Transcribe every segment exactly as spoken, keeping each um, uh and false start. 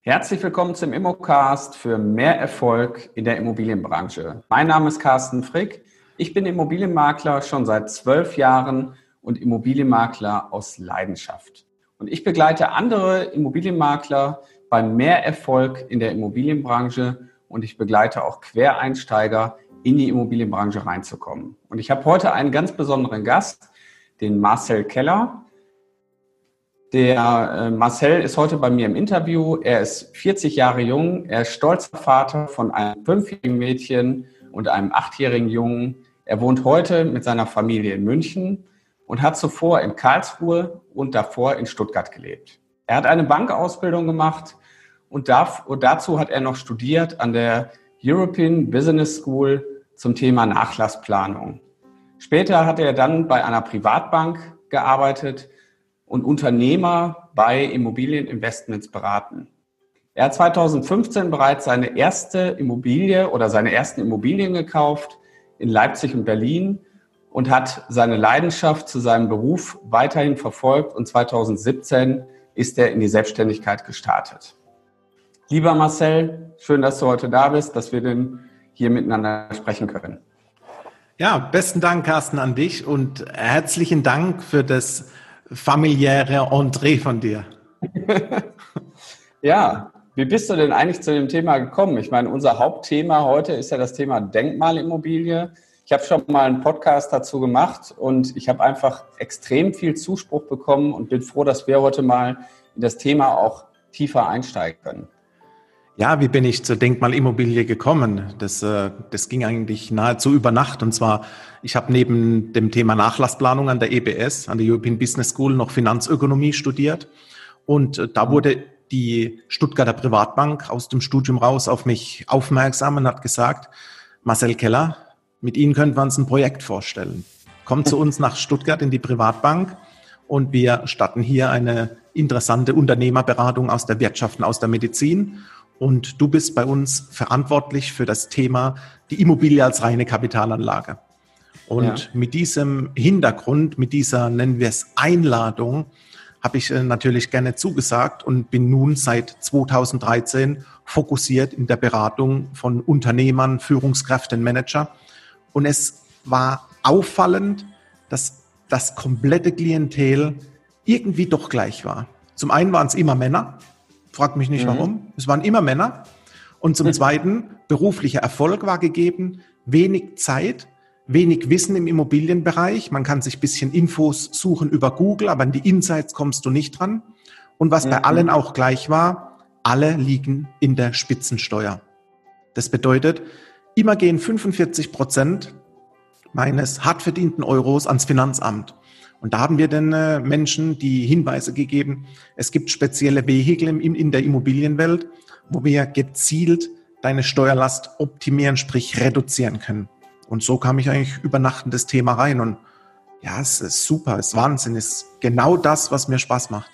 Herzlich willkommen zum Immocast für mehr Erfolg in der Immobilienbranche. Mein Name ist Carsten Frick. Ich bin Immobilienmakler schon seit zwölf Jahren und Immobilienmakler aus Leidenschaft. Und ich begleite andere Immobilienmakler beim mehr Erfolg in der Immobilienbranche und ich begleite auch Quereinsteiger in die Immobilienbranche reinzukommen. Und ich habe heute einen ganz besonderen Gast, den Marcel Keller. Der äh, Marcel ist heute bei mir im Interview. Er ist vierzig Jahre jung. Er ist stolzer Vater von einem fünfjährigen Mädchen und einem achtjährigen Jungen. Er wohnt heute mit seiner Familie in München und hat zuvor in Karlsruhe und davor in Stuttgart gelebt. Er hat eine Bankausbildung gemacht und, darf, und dazu hat er noch studiert an der European Business School zum Thema Nachlassplanung. Später hat er dann bei einer Privatbank gearbeitet und Unternehmer bei Immobilieninvestments beraten. Er hat zweitausendfünfzehn bereits seine erste Immobilie oder seine ersten Immobilien gekauft in Leipzig und Berlin und hat seine Leidenschaft zu seinem Beruf weiterhin verfolgt und zweitausendsiebzehn ist er in die Selbstständigkeit gestartet. Lieber Marcel, schön, dass du heute da bist, dass wir denn hier miteinander sprechen können. Ja, besten Dank, Carsten, an dich und herzlichen Dank für das familiäre Entree von dir. Ja, wie bist du denn eigentlich zu dem Thema gekommen? Ich meine, unser Hauptthema heute ist ja das Thema Denkmalimmobilie. Ich habe schon mal einen Podcast dazu gemacht und ich habe einfach extrem viel Zuspruch bekommen und bin froh, dass wir heute mal in das Thema auch tiefer einsteigen können. Ja, wie bin ich zur Denkmalimmobilie gekommen? Das, äh, das ging eigentlich nahezu über Nacht. Und zwar, ich habe neben dem Thema Nachlassplanung an der E B S, an der European Business School, noch Finanzökonomie studiert. Und äh, da wurde die Stuttgarter Privatbank aus dem Studium raus auf mich aufmerksam und hat gesagt, Marcel Keller, mit Ihnen könnten wir uns ein Projekt vorstellen. Kommt zu uns nach Stuttgart in die Privatbank und wir starten hier eine interessante Unternehmerberatung aus der Wirtschaft und aus der Medizin. Und du bist bei uns verantwortlich für das Thema die Immobilie als reine Kapitalanlage. Und ja. mit diesem Hintergrund, mit dieser, nennen wir es, Einladung, habe ich natürlich gerne zugesagt und bin nun seit zweitausenddreizehn fokussiert in der Beratung von Unternehmern, Führungskräften, Manager. Und es war auffallend, dass das komplette Klientel irgendwie doch gleich war. Zum einen waren es immer Männer. Frag mich nicht, warum. Mhm. Es waren immer Männer. Und zum Zweiten, beruflicher Erfolg war gegeben, wenig Zeit, wenig Wissen im Immobilienbereich. Man kann sich ein bisschen Infos suchen über Google, aber an die Insights kommst du nicht dran. Und was mhm. bei allen auch gleich war, alle liegen in der Spitzensteuer. Das bedeutet, immer gehen fünfundvierzig Prozent meines hart verdienten Euros ans Finanzamt. Und da haben wir den äh, Menschen die Hinweise gegeben, es gibt spezielle Vehikel im, in der Immobilienwelt, wo wir gezielt deine Steuerlast optimieren, sprich reduzieren können. Und so kam ich eigentlich über Nacht in das Thema rein. Und ja, es ist super, es ist Wahnsinn, es ist genau das, was mir Spaß macht.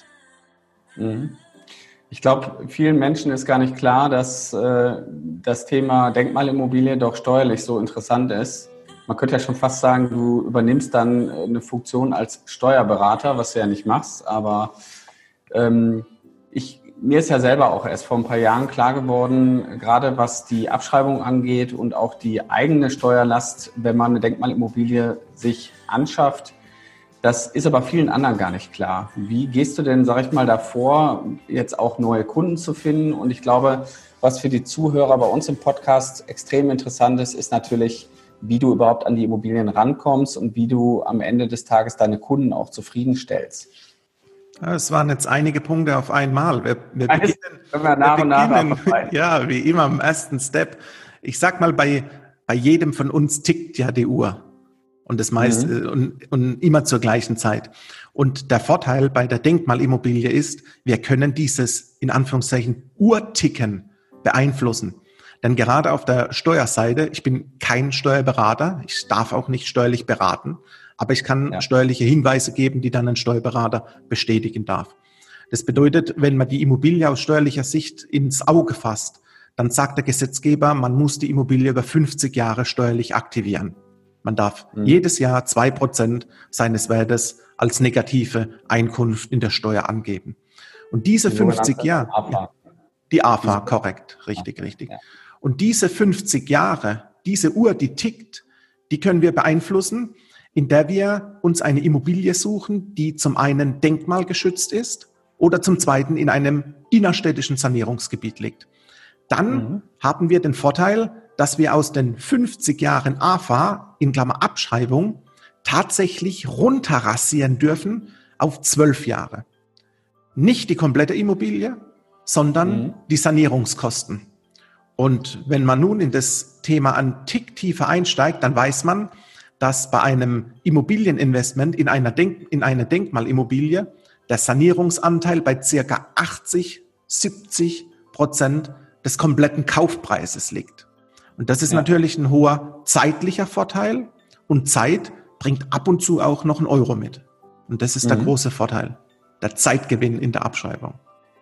Ich glaube, vielen Menschen ist gar nicht klar, dass äh, das Thema Denkmalimmobilie doch steuerlich so interessant ist. Man könnte ja schon fast sagen, du übernimmst dann eine Funktion als Steuerberater, was du ja nicht machst. Aber ähm, ich, mir ist ja selber auch erst vor ein paar Jahren klar geworden, gerade was die Abschreibung angeht und auch die eigene Steuerlast, wenn man eine Denkmalimmobilie sich anschafft. Das ist aber vielen anderen gar nicht klar. Wie gehst du denn, sag ich mal, davor, jetzt auch neue Kunden zu finden? Und ich glaube, was für die Zuhörer bei uns im Podcast extrem interessant ist, ist natürlich, wie du überhaupt an die Immobilien rankommst und wie du am Ende des Tages deine Kunden auch zufriedenstellst. Es waren jetzt einige Punkte auf einmal. Wir, wir beginnen, können wir nach und nach ja, wie immer im ersten Step. Ich sag mal, bei, bei jedem von uns tickt ja die Uhr. Und das meiste mhm. und, und immer zur gleichen Zeit. Und der Vorteil bei der Denkmalimmobilie ist, wir können dieses, in Anführungszeichen, Uhrticken beeinflussen. Denn gerade auf der Steuerseite, ich bin kein Steuerberater, ich darf auch nicht steuerlich beraten, aber ich kann ja. steuerliche Hinweise geben, die dann ein Steuerberater bestätigen darf. Das bedeutet, wenn man die Immobilie aus steuerlicher Sicht ins Auge fasst, dann sagt der Gesetzgeber, man muss die Immobilie über fünfzig Jahre steuerlich aktivieren. Man darf mhm. jedes Jahr zwei Prozent seines Wertes als negative Einkunft in der Steuer angeben. Und diese fünfzig Jahre... Die A F A, korrekt, richtig, richtig. Und diese fünfzig Jahre, diese Uhr, die tickt, die können wir beeinflussen, in der wir uns eine Immobilie suchen, die zum einen denkmalgeschützt ist oder zum zweiten in einem innerstädtischen Sanierungsgebiet liegt. Dann mhm. haben wir den Vorteil, dass wir aus den fünfzig Jahren A F A in Klammer Abschreibung tatsächlich runterrasieren dürfen auf zwölf Jahre. Nicht die komplette Immobilie, sondern mhm. die Sanierungskosten. Und wenn man nun in das Thema einen Tick tiefer einsteigt, dann weiß man, dass bei einem Immobilieninvestment in einer Denk- in eine Denkmalimmobilie der Sanierungsanteil bei circa achtzig, siebzig Prozent des kompletten Kaufpreises liegt. Und das ist ja. natürlich ein hoher zeitlicher Vorteil, und Zeit bringt ab und zu auch noch einen Euro mit. Und das ist mhm. der große Vorteil, der Zeitgewinn in der Abschreibung.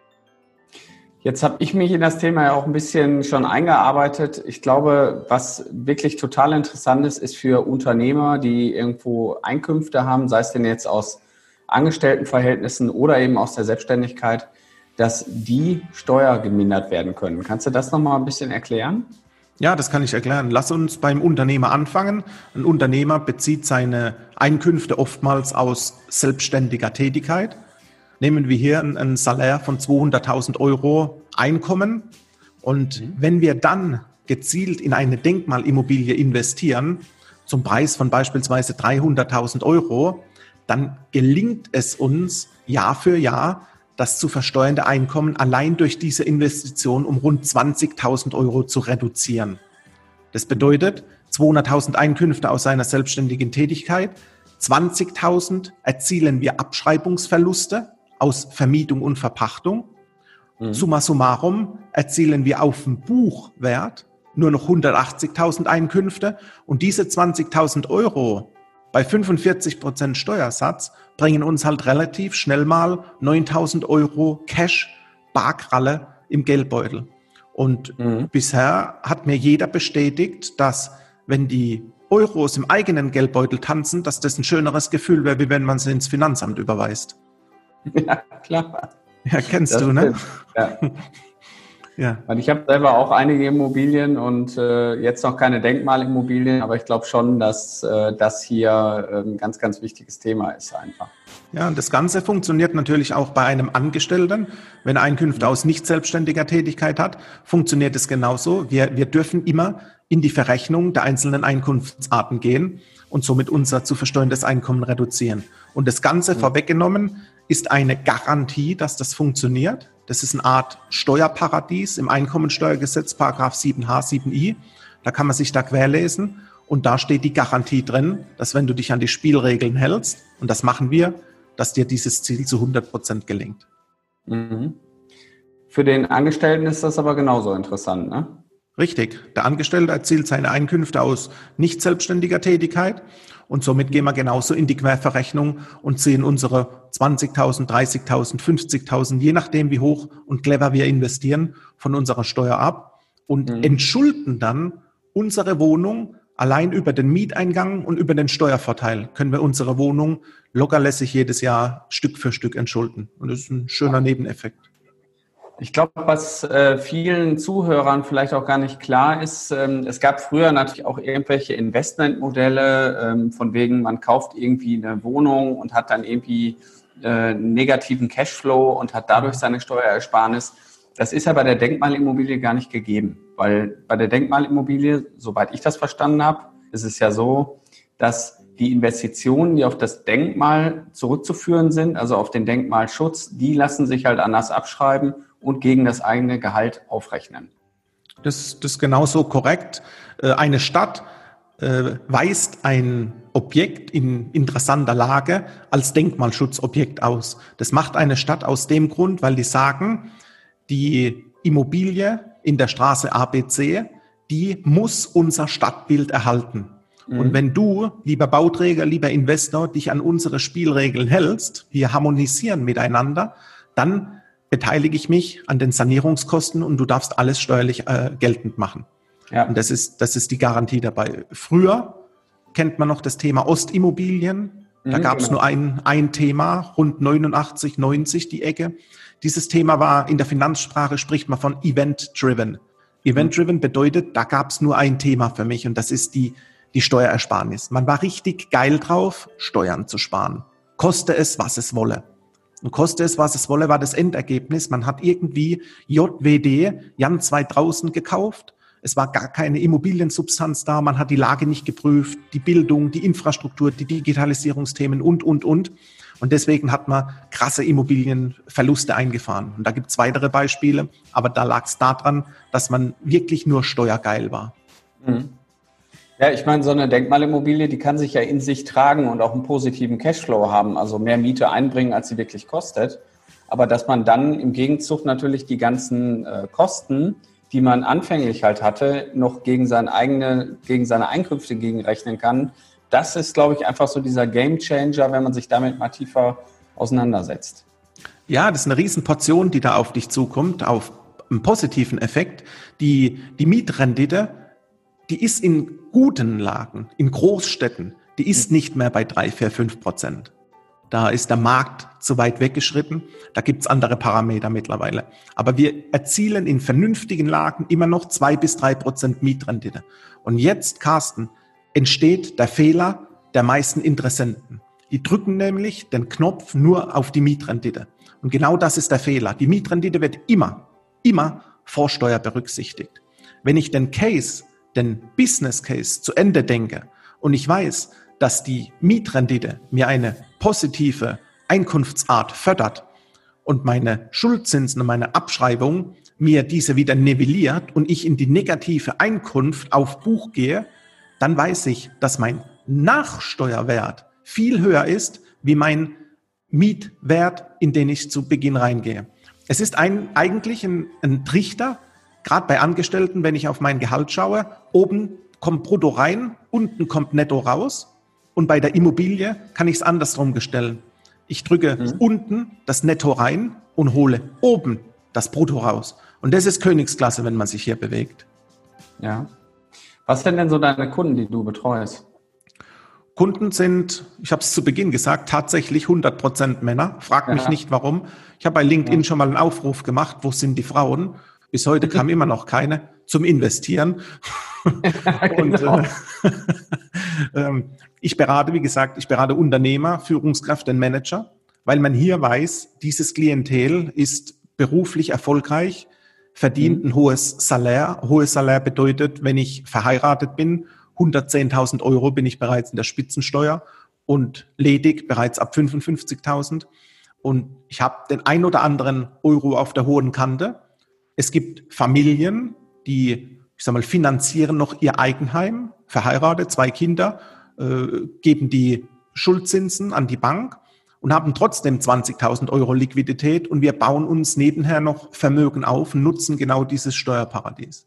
Jetzt habe ich mich in das Thema ja auch ein bisschen schon eingearbeitet. Ich glaube, was wirklich total interessant ist, ist für Unternehmer, die irgendwo Einkünfte haben, sei es denn jetzt aus Angestelltenverhältnissen oder eben aus der Selbstständigkeit, dass die steuergemindert werden können. Kannst du das nochmal ein bisschen erklären? Ja, das kann ich erklären. Lass uns beim Unternehmer anfangen. Ein Unternehmer bezieht seine Einkünfte oftmals aus selbstständiger Tätigkeit. Nehmen wir hier ein, ein Salär von zweihunderttausend Euro Einkommen. Und mhm. wenn wir dann gezielt in eine Denkmalimmobilie investieren, zum Preis von beispielsweise dreihunderttausend Euro, dann gelingt es uns Jahr für Jahr, das zu versteuernde Einkommen allein durch diese Investition um rund zwanzigtausend Euro zu reduzieren. Das bedeutet, zweihunderttausend Einkünfte aus seiner selbstständigen Tätigkeit, zwanzigtausend erzielen wir Abschreibungsverluste aus Vermietung und Verpachtung. Mhm. Summa summarum erzielen wir auf dem Buchwert nur noch hundertachtzigtausend Einkünfte, und diese zwanzigtausend Euro bei fünfundvierzig Prozent Steuersatz bringen uns halt relativ schnell mal neuntausend Euro Cash Barkralle im Geldbeutel. Und mhm. bisher hat mir jeder bestätigt, dass wenn die Euros im eigenen Geldbeutel tanzen, dass das ein schöneres Gefühl wäre, wie wenn man sie ins Finanzamt überweist. Ja, klar. Ja, kennst das du, ne? Ja. Ja. Und ich habe selber auch einige Immobilien und äh, jetzt noch keine Denkmalimmobilien, aber ich glaube schon, dass äh, das hier äh, ein ganz, ganz wichtiges Thema ist einfach. Ja, und das Ganze funktioniert natürlich auch bei einem Angestellten. Wenn er Einkünfte aus nicht selbstständiger Tätigkeit hat, funktioniert es genauso. Wir, wir dürfen immer in die Verrechnung der einzelnen Einkunftsarten gehen und somit unser zu versteuerndes Einkommen reduzieren. Und das Ganze mhm. vorweggenommen ist eine Garantie, dass das funktioniert. Das ist eine Art Steuerparadies im Einkommensteuergesetz, Paragraph sieben h, sieben i. Da kann man sich da querlesen, und da steht die Garantie drin, dass wenn du dich an die Spielregeln hältst, und das machen wir, dass dir dieses Ziel zu hundert Prozent gelingt. Mhm. Für den Angestellten ist das aber genauso interessant, ne? Richtig. Der Angestellte erzielt seine Einkünfte aus nicht selbstständiger Tätigkeit, und somit gehen wir genauso in die Querverrechnung und ziehen unsere zwanzigtausend, dreißigtausend, fünfzigtausend, je nachdem wie hoch und clever wir investieren, von unserer Steuer ab und mhm. entschulden dann unsere Wohnung. Allein über den Mieteingang und über den Steuervorteil können wir unsere Wohnung lockerlässig jedes Jahr Stück für Stück entschulden. Und das ist ein schöner Nebeneffekt. Ich glaube, was äh, vielen Zuhörern vielleicht auch gar nicht klar ist, ähm, es gab früher natürlich auch irgendwelche Investmentmodelle, ähm, von wegen, man kauft irgendwie eine Wohnung und hat dann irgendwie äh, einen negativen Cashflow und hat dadurch seine Steuerersparnis. Das ist ja bei der Denkmalimmobilie gar nicht gegeben, weil bei der Denkmalimmobilie, soweit ich das verstanden habe, ist es ja so, dass die Investitionen, die auf das Denkmal zurückzuführen sind, also auf den Denkmalschutz, die lassen sich halt anders abschreiben und gegen das eigene Gehalt aufrechnen. Das, das ist genauso korrekt. Eine Stadt äh, weist ein Objekt in interessanter Lage als Denkmalschutzobjekt aus. Das macht eine Stadt aus dem Grund, weil die sagen, die Immobilie in der Straße A B C, die muss unser Stadtbild erhalten. Mhm. Und wenn du, lieber Bauträger, lieber Investor, dich an unsere Spielregeln hältst, wir harmonisieren miteinander, dann beteilige ich mich an den Sanierungskosten und du darfst alles steuerlich äh, geltend machen. Ja. Und das ist, das ist die Garantie dabei. Früher kennt man noch das Thema Ostimmobilien. Da mhm, gab es genau. nur ein, ein Thema, rund neunundachtzig, neunzig die Ecke. Dieses Thema war, in der Finanzsprache spricht man von Event-Driven. Event-Driven bedeutet, da gab es nur ein Thema für mich und das ist die, die Steuerersparnis. Man war richtig geil drauf, Steuern zu sparen. Koste es, was es wolle. Und koste es, was es wolle, war das Endergebnis. Man hat irgendwie J W D, Jan zweitausend gekauft. Es war gar keine Immobiliensubstanz da. Man hat die Lage nicht geprüft, die Bildung, die Infrastruktur, die Digitalisierungsthemen und, und, und. Und deswegen hat man krasse Immobilienverluste eingefahren. Und da gibt es weitere Beispiele. Aber da lag es daran, dass man wirklich nur steuergeil war. Mhm. Ja, ich meine, so eine Denkmalimmobilie, die kann sich ja in sich tragen und auch einen positiven Cashflow haben, also mehr Miete einbringen, als sie wirklich kostet. Aber dass man dann im Gegenzug natürlich die ganzen äh, Kosten, die man anfänglich halt hatte, noch gegen seine eigene, gegen seine Einkünfte gegenrechnen kann, das ist, glaube ich, einfach so dieser Gamechanger, wenn man sich damit mal tiefer auseinandersetzt. Ja, das ist eine Riesenportion, die da auf dich zukommt, auf einen positiven Effekt. Die, die Mietrendite, die ist in guten Lagen, in Großstädten, die ist nicht mehr bei drei, vier, fünf Prozent. Da ist der Markt zu weit weggeschritten. Da gibt's andere Parameter mittlerweile. Aber wir erzielen in vernünftigen Lagen immer noch zwei bis drei Prozent Mietrendite. Und jetzt, Carsten, entsteht der Fehler der meisten Interessenten. Die drücken nämlich den Knopf nur auf die Mietrendite. Und genau das ist der Fehler. Die Mietrendite wird immer, immer vor Steuer berücksichtigt. Wenn ich den Case den Business Case zu Ende denke und ich weiß, dass die Mietrendite mir eine positive Einkunftsart fördert und meine Schuldzinsen und meine Abschreibung mir diese wieder nivelliert und ich in die negative Einkunft auf Buch gehe, dann weiß ich, dass mein Nachsteuerwert viel höher ist, wie mein Mietwert, in den ich zu Beginn reingehe. Es ist ein, eigentlich ein, ein Trichter, gerade bei Angestellten, wenn ich auf mein Gehalt schaue, oben kommt Brutto rein, unten kommt Netto raus. Und bei der Immobilie kann ich es andersrum stellen. Ich drücke mhm. unten das Netto rein und hole oben das Brutto raus. Und das ist Königsklasse, wenn man sich hier bewegt. Ja. Was sind denn so deine Kunden, die du betreust? Kunden sind, ich habe es zu Beginn gesagt, tatsächlich hundert Prozent Männer. Frag mich ja. nicht, warum. Ich habe bei LinkedIn ja. schon mal einen Aufruf gemacht, wo sind die Frauen? Bis heute kam immer noch keine zum Investieren. Ja, genau. Und, äh, ich berate, wie gesagt, ich berate Unternehmer, Führungskräfte und Manager, weil man hier weiß, dieses Klientel ist beruflich erfolgreich, verdient mhm. ein hohes Salär. Hohes Salär bedeutet, wenn ich verheiratet bin, hundertzehntausend Euro bin ich bereits in der Spitzensteuer und ledig bereits ab fünfundfünfzigtausend. Und ich habe den ein oder anderen Euro auf der hohen Kante. Es gibt Familien, die, ich sag mal, finanzieren noch ihr Eigenheim, verheiratet, zwei Kinder, äh, geben die Schuldzinsen an die Bank und haben trotzdem zwanzigtausend Euro Liquidität und wir bauen uns nebenher noch Vermögen auf und nutzen genau dieses Steuerparadies.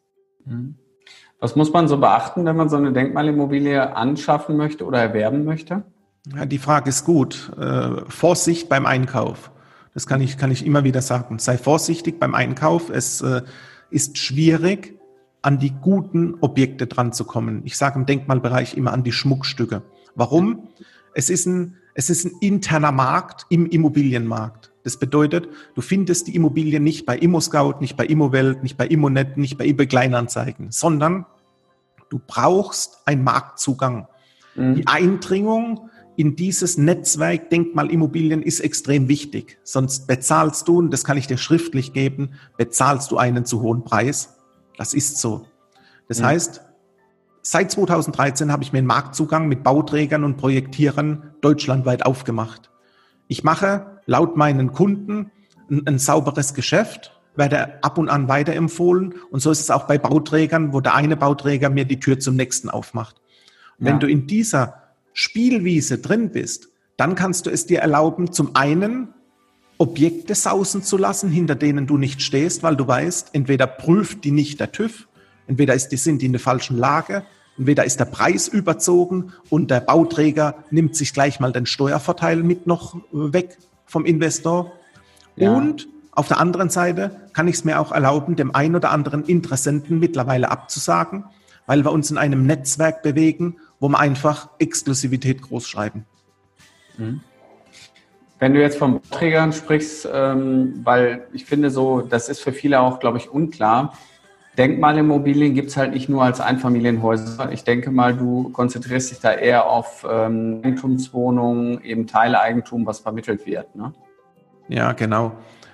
Was muss man so beachten, wenn man so eine Denkmalimmobilie anschaffen möchte oder erwerben möchte? Ja, die Frage ist gut. Äh, Vorsicht beim Einkauf. Das kann ich, kann ich immer wieder sagen. Sei vorsichtig beim Einkauf. Es äh, ist schwierig, an die guten Objekte dran zu kommen. Ich sage im Denkmalbereich immer an die Schmuckstücke. Warum? Es ist ein, es ist ein interner Markt im Immobilienmarkt. Das bedeutet, du findest die Immobilien nicht bei ImmoScout, nicht bei Immowelt, nicht bei Immonet, nicht bei eBay Kleinanzeigen, sondern du brauchst einen Marktzugang. Mhm. Die Eindringung in dieses Netzwerk Denkmalimmobilien ist extrem wichtig. Sonst bezahlst du, und das kann ich dir schriftlich geben, bezahlst du einen zu hohen Preis. Das ist so. Das mhm. heißt, seit zweitausenddreizehn habe ich mir einen Marktzugang mit Bauträgern und Projektierern deutschlandweit aufgemacht. Ich mache laut meinen Kunden ein, ein sauberes Geschäft, werde ab und an weiterempfohlen und so ist es auch bei Bauträgern, wo der eine Bauträger mir die Tür zum nächsten aufmacht. Und ja. wenn du in dieser Spielwiese drin bist, dann kannst du es dir erlauben, zum einen Objekte sausen zu lassen, hinter denen du nicht stehst, weil du weißt, entweder prüft die nicht der TÜV, entweder ist die, sind die in der falschen Lage, entweder ist der Preis überzogen und der Bauträger nimmt sich gleich mal den Steuervorteil mit noch weg vom Investor. Ja. Und auf der anderen Seite kann ich es mir auch erlauben, dem einen oder anderen Interessenten mittlerweile abzusagen, weil wir uns in einem Netzwerk bewegen, wo wir einfach Exklusivität groß schreiben. Mhm. Wenn du jetzt von Bauträgern sprichst, ähm, weil ich finde so, das ist für viele auch, glaube ich, unklar. Denkmalimmobilien gibt es halt nicht nur als Einfamilienhäuser. Ich denke mal, du konzentrierst dich da eher auf ähm, Eigentumswohnungen, eben Teileigentum, was vermittelt wird, ne? Ja, genau.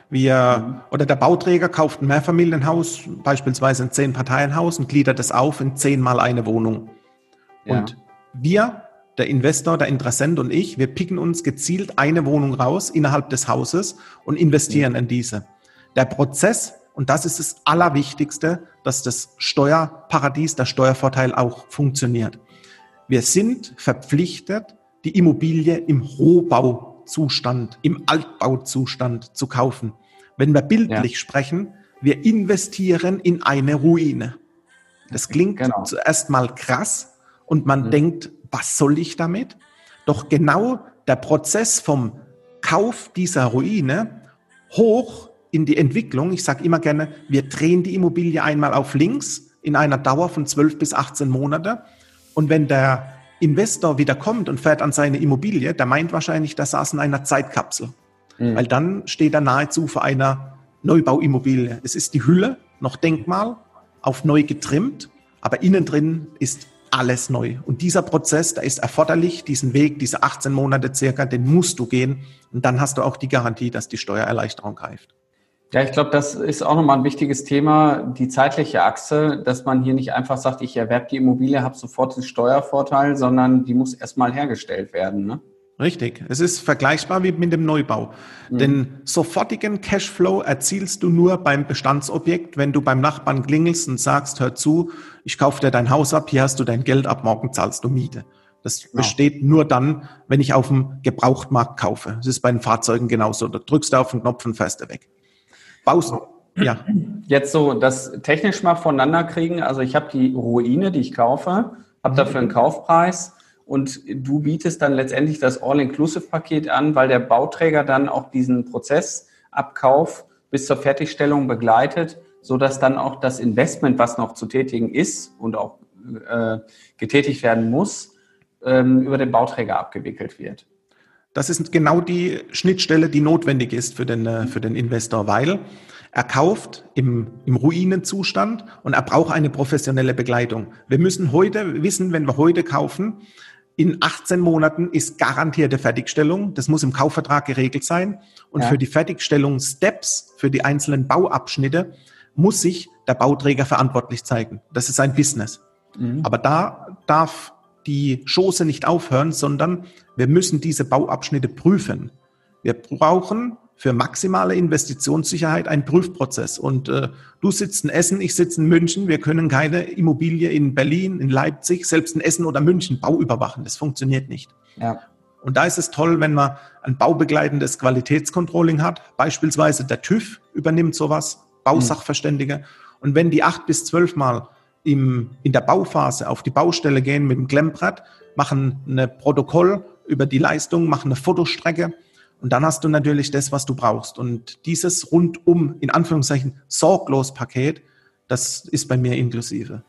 Wir, oder der Bauträger kauft ein Mehrfamilienhaus, beispielsweise ein Zehn-Parteien-Haus und gliedert es auf in zehnmal eine Wohnung. Ja. Und wir, der Investor, der Interessent und ich, wir picken uns gezielt eine Wohnung raus innerhalb des Hauses und investieren ja. in diese. Der Prozess, und das ist das Allerwichtigste, dass das Steuerparadies, der Steuervorteil auch funktioniert. Wir sind verpflichtet, die Immobilie im Rohbauzustand, im Altbauzustand zu kaufen. Wenn wir bildlich ja. sprechen, wir investieren in eine Ruine. Das klingt genau. zuerst mal krass und man mhm. denkt, was soll ich damit? Doch genau der Prozess vom Kauf dieser Ruine hoch in die Entwicklung, ich sage immer gerne, wir drehen die Immobilie einmal auf links in einer Dauer von zwölf bis achtzehn Monate. Und wenn der Investor wieder kommt und fährt an seine Immobilie, der meint wahrscheinlich, der saß in einer Zeitkapsel. Mhm. Weil dann steht er nahezu vor einer Neubauimmobilie. Es ist die Hülle, noch Denkmal, auf neu getrimmt, aber innen drin ist alles neu. Und dieser Prozess, der ist erforderlich, diesen Weg, diese achtzehn Monate circa, den musst du gehen. Und dann hast du auch die Garantie, dass die Steuererleichterung greift. Ja, ich glaube, das ist auch nochmal ein wichtiges Thema, die zeitliche Achse, dass man hier nicht einfach sagt, ich erwerbe die Immobilie, habe sofort den Steuervorteil, sondern die muss erstmal hergestellt werden, ne? Richtig. Es ist vergleichbar wie mit dem Neubau. Mhm. Den sofortigen Cashflow erzielst du nur beim Bestandsobjekt, wenn du beim Nachbarn klingelst und sagst, hör zu, ich kaufe dir dein Haus ab, hier hast du dein Geld, ab morgen zahlst du Miete. Das genau. besteht nur dann, wenn ich auf dem Gebrauchtmarkt kaufe. Das ist bei den Fahrzeugen genauso. Da drückst du auf den Knopf und fährst du weg. Baust, ja. Jetzt so das technisch mal voneinander kriegen. Also ich habe die Ruine, die ich kaufe, habe dafür einen Kaufpreis und du bietest dann letztendlich das All-Inclusive-Paket an, weil der Bauträger dann auch diesen Prozessabkauf bis zur Fertigstellung begleitet, sodass dann auch das Investment, was noch zu tätigen ist und auch äh, getätigt werden muss, ähm, über den Bauträger abgewickelt wird. Das ist genau die Schnittstelle, die notwendig ist für den, für den Investor, weil er kauft im, im Ruinenzustand und er braucht eine professionelle Begleitung. Wir müssen heute wissen, wenn wir heute kaufen, in achtzehn Monaten ist garantierte Fertigstellung. Das muss im Kaufvertrag geregelt sein. Und ja. für die Fertigstellung Steps, für die einzelnen Bauabschnitte, muss sich der Bauträger verantwortlich zeigen. Das ist ein Business. Mhm. Aber da darf die Chose nicht aufhören, sondern wir müssen diese Bauabschnitte prüfen. Wir brauchen für maximale Investitionssicherheit einen Prüfprozess. Und äh, du sitzt in Essen, ich sitze in München. Wir können keine Immobilie in Berlin, in Leipzig, selbst in Essen oder München Bau überwachen. Das funktioniert nicht. Ja. Und da ist es toll, wenn man ein baubegleitendes Qualitätscontrolling hat. Beispielsweise der TÜV übernimmt sowas, Bausachverständige. Mhm. Und wenn die acht bis zwölf Mal Im, in der Bauphase auf die Baustelle gehen mit dem Klemmbrett, machen ein Protokoll über die Leistung, machen eine Fotostrecke und dann hast du natürlich das, was du brauchst. Und dieses rundum, in Anführungszeichen, sorglos Paket, das ist bei mir inklusive.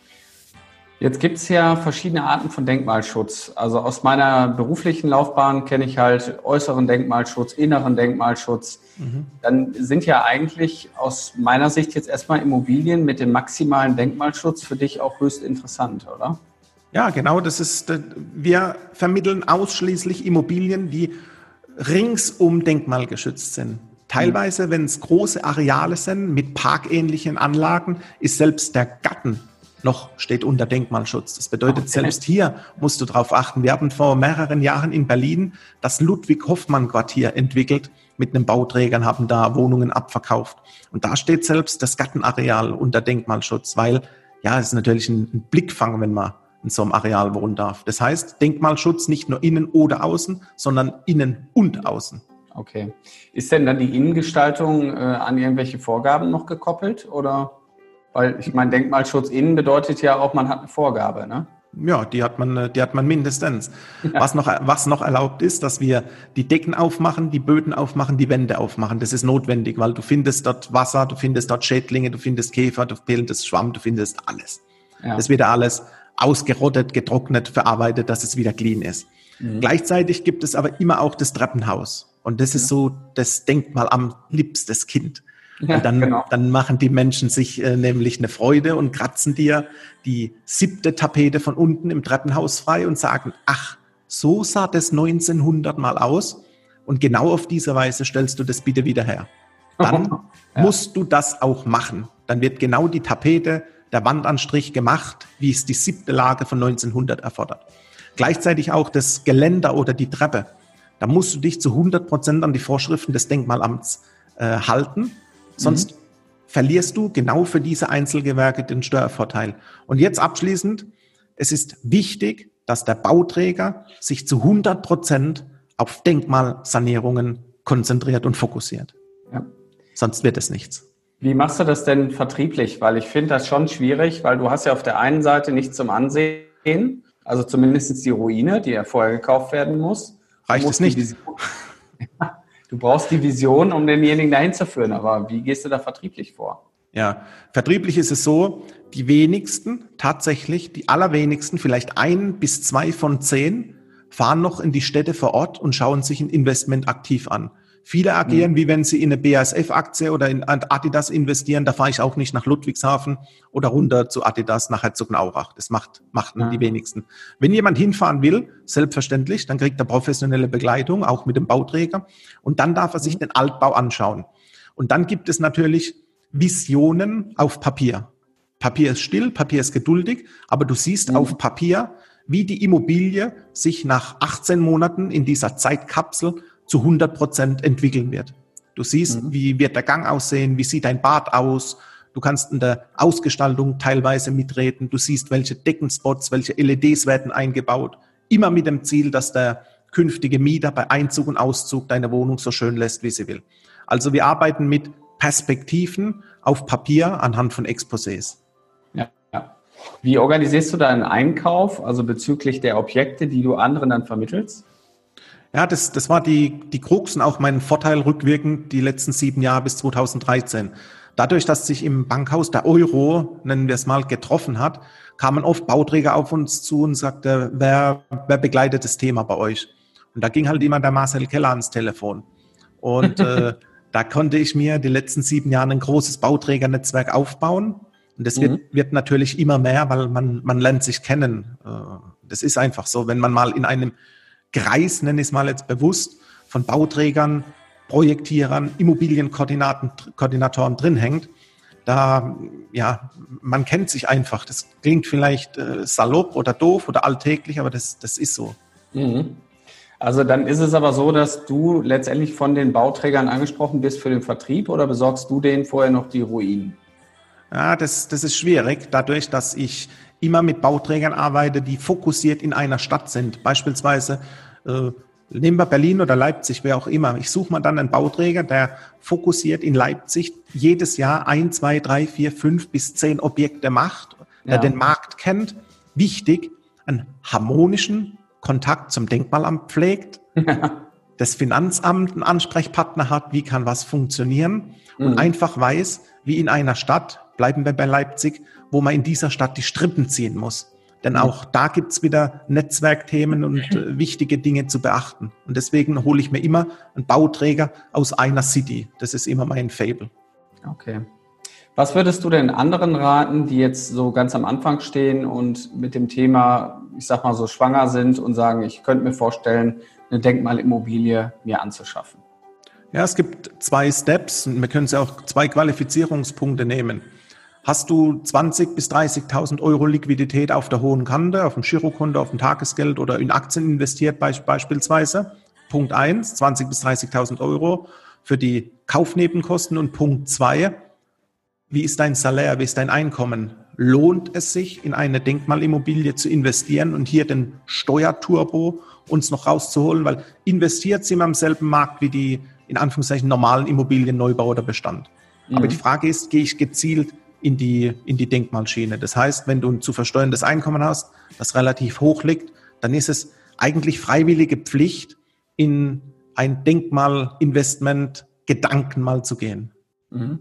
Jetzt gibt es ja verschiedene Arten von Denkmalschutz. Also aus meiner beruflichen Laufbahn kenne ich halt äußeren Denkmalschutz, inneren Denkmalschutz. Mhm. Dann sind ja eigentlich aus meiner Sicht jetzt erstmal Immobilien mit dem maximalen Denkmalschutz für dich auch höchst interessant, oder? Ja, genau. Das ist, wir vermitteln ausschließlich Immobilien, die ringsum denkmalgeschützt sind. Teilweise, mhm. wenn es große Areale sind mit parkähnlichen Anlagen, ist selbst der Garten noch steht unter Denkmalschutz. Das bedeutet, okay. selbst hier musst du darauf achten. Wir haben vor mehreren Jahren in Berlin das Ludwig-Hoffmann-Quartier entwickelt mit einem Bauträger und haben da Wohnungen abverkauft. Und da steht selbst das Gartenareal unter Denkmalschutz, weil ja, es ist natürlich ein, ein Blickfang, wenn man in so einem Areal wohnen darf. Das heißt, Denkmalschutz nicht nur innen oder außen, sondern innen und außen. Okay. Ist denn dann die Innengestaltung äh, an irgendwelche Vorgaben noch gekoppelt, oder? Weil ich meine, Denkmalschutz innen bedeutet ja auch, man hat eine Vorgabe, ne? Ja, die hat man, die hat man mindestens. Ja. Was noch, was noch erlaubt ist, dass wir die Decken aufmachen, die Böden aufmachen, die Wände aufmachen. Das ist notwendig, weil du findest dort Wasser, du findest dort Schädlinge, du findest Käfer, du findest Schwamm, du findest alles. Ja. Das wird alles ausgerottet, getrocknet, verarbeitet, dass es wieder clean ist. Mhm. Gleichzeitig gibt es aber immer auch das Treppenhaus. Und das ist so das Denkmalamt liebstes Kind. Ja, und dann, genau. dann machen die Menschen sich äh, nämlich eine Freude und kratzen dir die siebte Tapete von unten im Treppenhaus frei und sagen, ach, so sah das neunzehnhundert mal aus und genau auf diese Weise stellst du das bitte wieder her. Dann Ja. musst du das auch machen. Dann wird genau die Tapete, der Wandanstrich gemacht, wie es die siebte Lage von neunzehnhundert erfordert. Gleichzeitig auch das Geländer oder die Treppe. Da musst du dich zu hundert Prozent an die Vorschriften des Denkmalamts äh, halten. Sonst mhm. verlierst du genau für diese Einzelgewerke den Steuervorteil. Und jetzt abschließend, es ist wichtig, dass der Bauträger sich zu hundert Prozent auf Denkmalsanierungen konzentriert und fokussiert. Ja. Sonst wird es nichts. Wie machst du das denn vertrieblich? Weil ich finde das schon schwierig, weil du hast ja auf der einen Seite nichts zum Ansehen, also zumindest die Ruine, die ja vorher gekauft werden muss. Reicht es nicht? Du brauchst die Vision, um denjenigen dahin zu führen, aber wie gehst du da vertrieblich vor? Ja, vertrieblich ist es so, die wenigsten, tatsächlich, die allerwenigsten, vielleicht ein bis zwei von zehn, fahren noch in die Städte vor Ort und schauen sich ein Investment aktiv an. Viele agieren, mhm. wie wenn sie in eine B A S F-Aktie oder in Adidas investieren. Da fahre ich auch nicht nach Ludwigshafen oder runter zu Adidas nach Herzogenaurach. Das macht, machten ja. die wenigsten. Wenn jemand hinfahren will, selbstverständlich, dann kriegt er professionelle Begleitung, auch mit dem Bauträger. Und dann darf er sich mhm. den Altbau anschauen. Und dann gibt es natürlich Visionen auf Papier. Papier ist still, Papier ist geduldig, aber du siehst mhm. auf Papier, wie die Immobilie sich nach achtzehn Monaten in dieser Zeitkapsel zu hundert Prozent entwickeln wird. Du siehst, mhm. wie wird der Gang aussehen, wie sieht dein Bad aus. Du kannst in der Ausgestaltung teilweise mitreden. Du siehst, welche Deckenspots, welche L E Ds werden eingebaut. Immer mit dem Ziel, dass der künftige Mieter bei Einzug und Auszug deine Wohnung so schön lässt, wie sie will. Also wir arbeiten mit Perspektiven auf Papier anhand von Exposés. Ja, ja. Wie organisierst du deinen Einkauf, also bezüglich der Objekte, die du anderen dann vermittelst? Ja, das, das war die, die Krux und auch mein Vorteil rückwirkend die letzten sieben Jahre bis zweitausenddreizehn. Dadurch, dass sich im Bankhaus der Euro, nennen wir es mal, getroffen hat, kamen oft Bauträger auf uns zu und sagte, wer, wer begleitet das Thema bei euch? Und da ging halt immer der Marcel Keller ans Telefon. Und äh, da konnte ich mir die letzten sieben Jahre ein großes Bauträgernetzwerk aufbauen. Und das mhm. wird, wird natürlich immer mehr, weil man, man lernt sich kennen. Das ist einfach so, wenn man mal in einem Kreis, nenne ich es mal jetzt bewusst, von Bauträgern, Projektierern, Immobilienkoordinatoren drin hängt, da, ja, man kennt sich einfach. Das klingt vielleicht äh, salopp oder doof oder alltäglich, aber das, das ist so. Mhm. Also dann ist es aber so, dass du letztendlich von den Bauträgern angesprochen bist für den Vertrieb oder besorgst du denen vorher noch die Ruinen? Ja, das, das ist schwierig, dadurch, dass ich immer mit Bauträgern arbeite, die fokussiert in einer Stadt sind. Beispielsweise äh, nehmen wir Berlin oder Leipzig, wer auch immer. Ich suche mal dann einen Bauträger, der fokussiert in Leipzig jedes Jahr ein, zwei, drei, vier, fünf bis zehn Objekte macht, der ja. den Markt kennt. Wichtig, einen harmonischen Kontakt zum Denkmalamt pflegt, das Finanzamt einen Ansprechpartner hat, wie kann was funktionieren und mhm. einfach weiß, wie in einer Stadt, bleiben wir bei Leipzig, wo man in dieser Stadt die Strippen ziehen muss. Denn mhm. auch da gibt's wieder Netzwerkthemen und äh, wichtige Dinge zu beachten. Und deswegen hole ich mir immer einen Bauträger aus einer City. Das ist immer mein Faible. Okay. Was würdest du denn anderen raten, die jetzt so ganz am Anfang stehen und mit dem Thema, ich sag mal so, schwanger sind und sagen, ich könnte mir vorstellen, eine Denkmalimmobilie mir anzuschaffen? Ja, es gibt zwei Steps und wir können ja auch zwei Qualifizierungspunkte nehmen. Hast du zwanzigtausend bis dreißigtausend Euro Liquidität auf der hohen Kante, auf dem Girokonto, auf dem Tagesgeld oder in Aktien investiert beispielsweise? Punkt eins, zwanzigtausend bis dreißigtausend Euro für die Kaufnebenkosten. Und Punkt zwei, wie ist dein Salär, wie ist dein Einkommen? Lohnt es sich, in eine Denkmalimmobilie zu investieren und hier den Steuerturbo uns noch rauszuholen? Weil investiert sind wir am selben Markt wie die, in Anführungszeichen, normalen Immobilien, Neubau oder Bestand. Mhm. Aber die Frage ist, gehe ich gezielt in die, in die Denkmalschiene? Das heißt, wenn du ein zu versteuerndes Einkommen hast, das relativ hoch liegt, dann ist es eigentlich freiwillige Pflicht, in ein Denkmalinvestment Gedanken mal zu gehen. Mhm.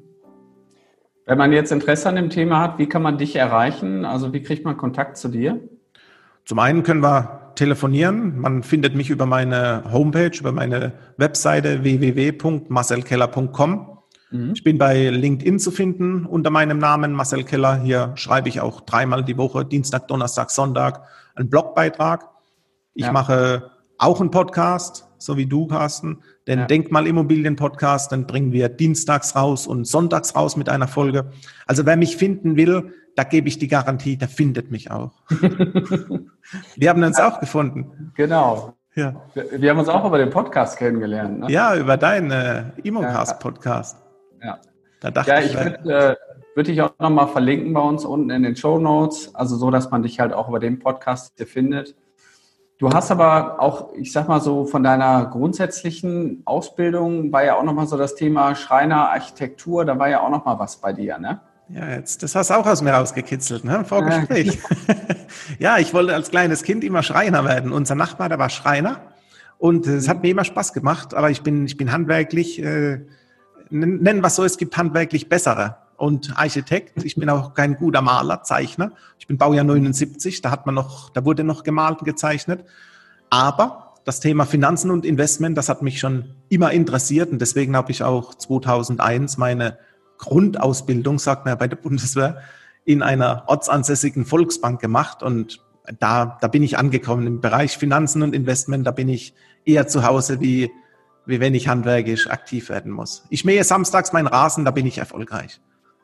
Wenn man jetzt Interesse an dem Thema hat, wie kann man dich erreichen? Also wie kriegt man Kontakt zu dir? Zum einen können wir telefonieren. Man findet mich über meine Homepage, über meine Webseite w w w punkt marcel keller punkt com. Mhm. Ich bin bei LinkedIn zu finden unter meinem Namen Marcel Keller. Hier schreibe ich auch dreimal die Woche, Dienstag, Donnerstag, Sonntag, einen Blogbeitrag. Ich ja. mache auch einen Podcast, so wie du, Carsten, den ja. Denkmalimmobilien-Podcast, den bringen wir dienstags raus und sonntags raus mit einer Folge. Also wer mich finden will, da gebe ich die Garantie, der findet mich auch. Wir haben uns ja. auch gefunden. Genau. Ja. Wir, wir haben uns auch über den Podcast kennengelernt. Ne? Ja, über deinen äh, Immocast-Podcast. Ja, da dachte ja, ich, ich würde äh, würd dich auch nochmal verlinken bei uns unten in den Shownotes, also so, dass man dich halt auch über den Podcast hier findet. Du hast aber auch, ich sag mal so, von deiner grundsätzlichen Ausbildung war ja auch nochmal so das Thema Schreiner, Architektur, da war ja auch nochmal was bei dir, ne? Ja, jetzt, das hast du auch aus mir rausgekitzelt, ne? Vorgespräch. Ja, ich wollte als kleines Kind immer Schreiner werden. Unser Nachbar, der war Schreiner und es hat mir immer Spaß gemacht, aber ich bin, ich bin handwerklich, äh, nennen wir es so, es gibt handwerklich bessere. Und Architekt, ich bin auch kein guter Maler, Zeichner. Ich bin Baujahr neunundsiebzig, da hat man noch, da wurde noch gemalt und gezeichnet. Aber das Thema Finanzen und Investment, das hat mich schon immer interessiert und deswegen habe ich auch zweitausendeins meine Grundausbildung, sagt man ja bei der Bundeswehr, in einer ortsansässigen Volksbank gemacht und da, da bin ich angekommen im Bereich Finanzen und Investment, da bin ich eher zu Hause, wie, wie wenn ich handwerklich aktiv werden muss. Ich mähe samstags meinen Rasen, da bin ich erfolgreich.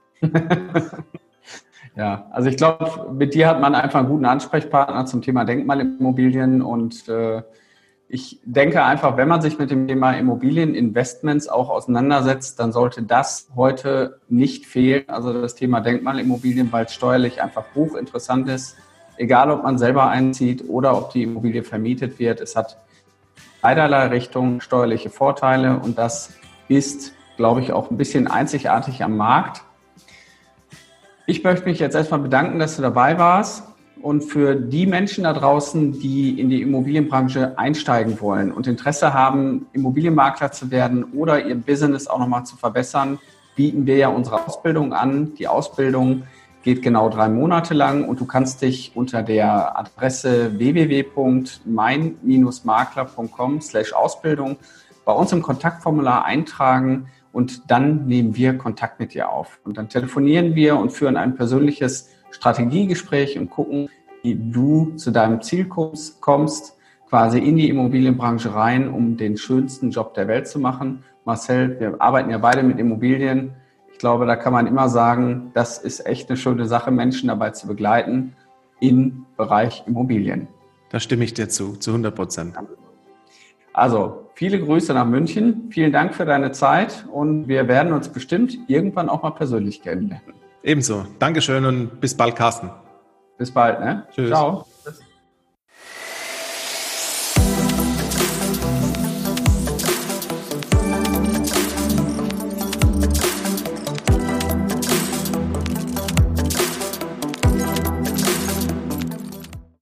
Ja, also ich glaube, mit dir hat man einfach einen guten Ansprechpartner zum Thema Denkmalimmobilien und äh, ich denke einfach, wenn man sich mit dem Thema Immobilieninvestments auch auseinandersetzt, dann sollte das heute nicht fehlen. Also das Thema Denkmalimmobilien, weil es steuerlich einfach hochinteressant ist, egal ob man selber einzieht oder ob die Immobilie vermietet wird. Es hat beiderlei Richtungen steuerliche Vorteile und das ist, glaube ich, auch ein bisschen einzigartig am Markt. Ich möchte mich jetzt erstmal bedanken, dass du dabei warst. Und für die Menschen da draußen, die in die Immobilienbranche einsteigen wollen und Interesse haben, Immobilienmakler zu werden oder ihr Business auch nochmal zu verbessern, bieten wir ja unsere Ausbildung an. Die Ausbildung geht genau drei Monate lang und du kannst dich unter der Adresse w w w punkt mein Makler punkt com slash Ausbildung bei uns im Kontaktformular eintragen und dann nehmen wir Kontakt mit dir auf. Und dann telefonieren wir und führen ein persönliches Strategiegespräch und gucken, wie du zu deinem Ziel kommst, kommst, quasi in die Immobilienbranche rein, um den schönsten Job der Welt zu machen. Marcel, wir arbeiten ja beide mit Immobilien. Ich glaube, da kann man immer sagen, das ist echt eine schöne Sache, Menschen dabei zu begleiten im Bereich Immobilien. Da stimme ich dir zu, zu hundert Prozent. Also, viele Grüße nach München. Vielen Dank für deine Zeit und wir werden uns bestimmt irgendwann auch mal persönlich kennenlernen. Ebenso. Dankeschön und bis bald, Carsten. Bis bald, ne? Tschüss. Ciao.